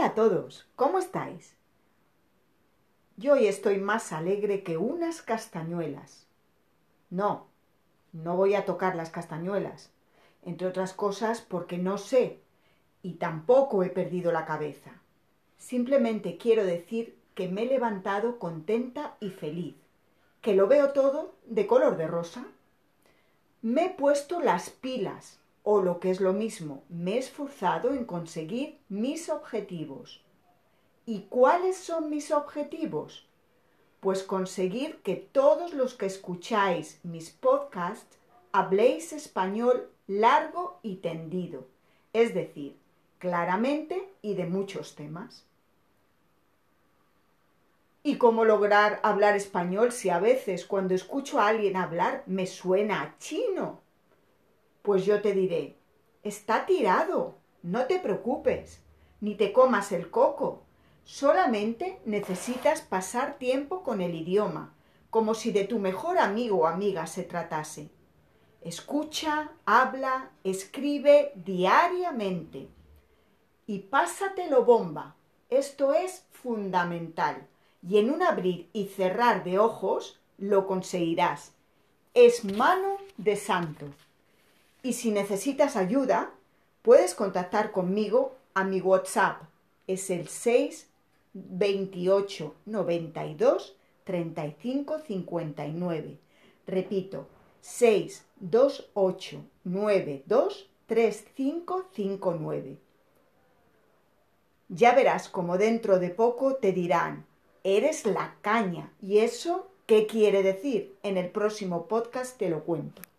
Hola a todos, ¿cómo estáis? Yo hoy estoy más alegre que unas castañuelas. No voy a tocar las castañuelas, entre otras cosas porque no sé y tampoco he perdido la cabeza. Simplemente quiero decir que me he levantado contenta y feliz, que lo veo todo de color de rosa. Me he puesto las pilas, o lo que es lo mismo, me he esforzado en conseguir mis objetivos. ¿Y cuáles son mis objetivos? Pues conseguir que todos los que escucháis mis podcasts habléis español largo y tendido, es decir, claramente y de muchos temas. ¿Y cómo lograr hablar español si a veces cuando escucho a alguien hablar me suena a chino? Pues yo te diré, está tirado, no te preocupes, ni te comas el coco. Solamente necesitas pasar tiempo con el idioma, como si de tu mejor amigo o amiga se tratase. Escucha, habla, escribe diariamente. Y pásatelo bomba. Esto es fundamental. Y en un abrir y cerrar de ojos lo conseguirás. Es mano de santo. Y si necesitas ayuda, puedes contactar conmigo a mi WhatsApp. Es el 628 92 35 59. Repito, 628 92 35 59. Ya verás como dentro de poco te dirán, eres la caña. ¿Y eso qué quiere decir? En el próximo podcast te lo cuento.